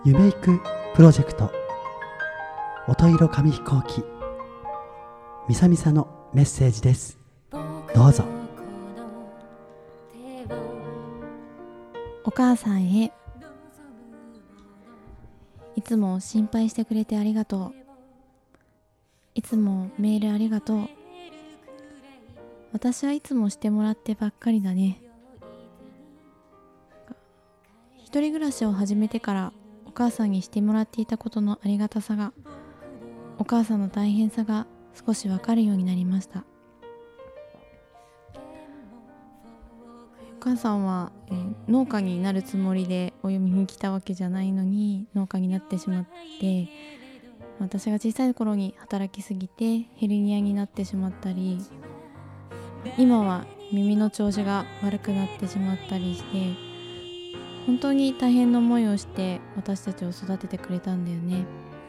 夢いくプロジェクト音色紙飛行機みさみさのメッセージです。どうぞ。 お母さんへ。いつも心配してくれてありがとう。いつもメールありがとう。私はいつもしてもらってばっかりだね。一人暮らしを始めてからお母さんにしてもらっていたことのありがたさが、お母さんの大変さが少しわかるようになりました。お母さんは、農家になるつもりでお嫁に来たわけじゃないのに農家になってしまって、私が小さい頃に働きすぎてヘルニアになってしまったり、今は耳の調子が悪くなってしまったりして、本当に大変な思いをして私たちを育ててくれたんだよね。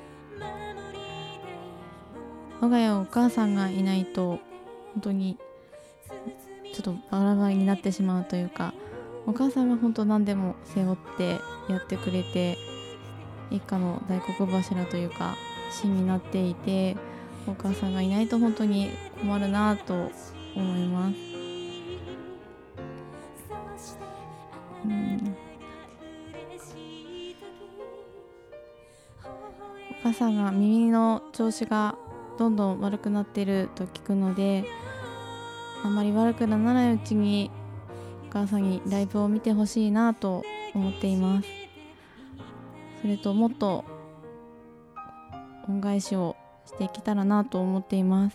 我が家はお母さんがいないと本当にちょっとバラバラになってしまうというか、お母さんが本当何でも背負ってやってくれて、一家の大黒柱というか芯になっていて、お母さんがいないと本当に困るなと思います。お母さんが耳の調子がどんどん悪くなっていると聞くので、あんまり悪くならないうちにお母さんにライブを見てほしいなと思っています。それともっと恩返しをしていけたらなと思っています。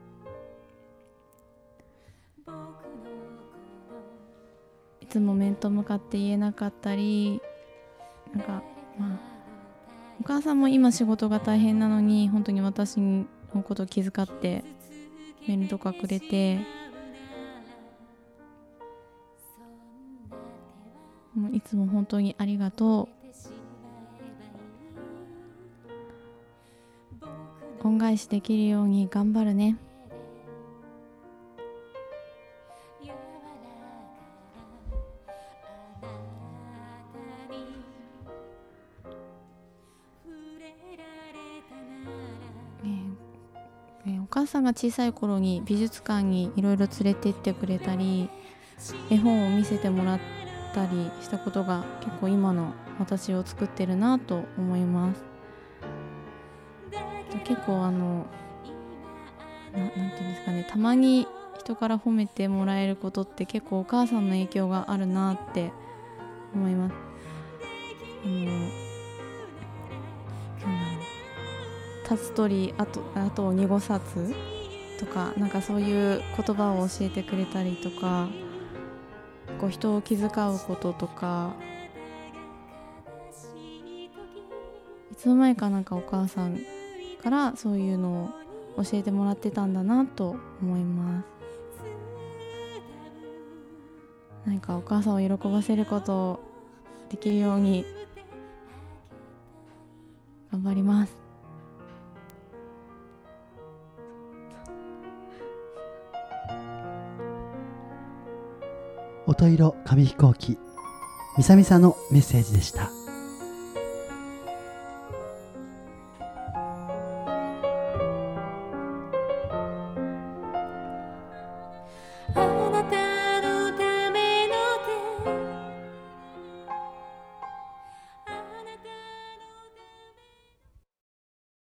いつも面と向かって言えなかったり、お母さんも今仕事が大変なのに本当に私のことを気遣ってメールとかくれて、いつも本当にありがとう。恩返しできるように頑張るね。お母さんが小さい頃に美術館にいろいろ連れて行ってくれたり、絵本を見せてもらったりしたことが結構今の私を作ってるなと思います。結構なんていうんですかね、たまに人から褒めてもらえることって結構お母さんの影響があるなって思います。立つ鳥あとを濁さずとか、そういう言葉を教えてくれたりとか、人を気遣うこととか、いつの間にかお母さんからそういうのを教えてもらってたんだなと思います。お母さんを喜ばせることできるように頑張ります。 音色紙飛行機みさみさのメッセージでした。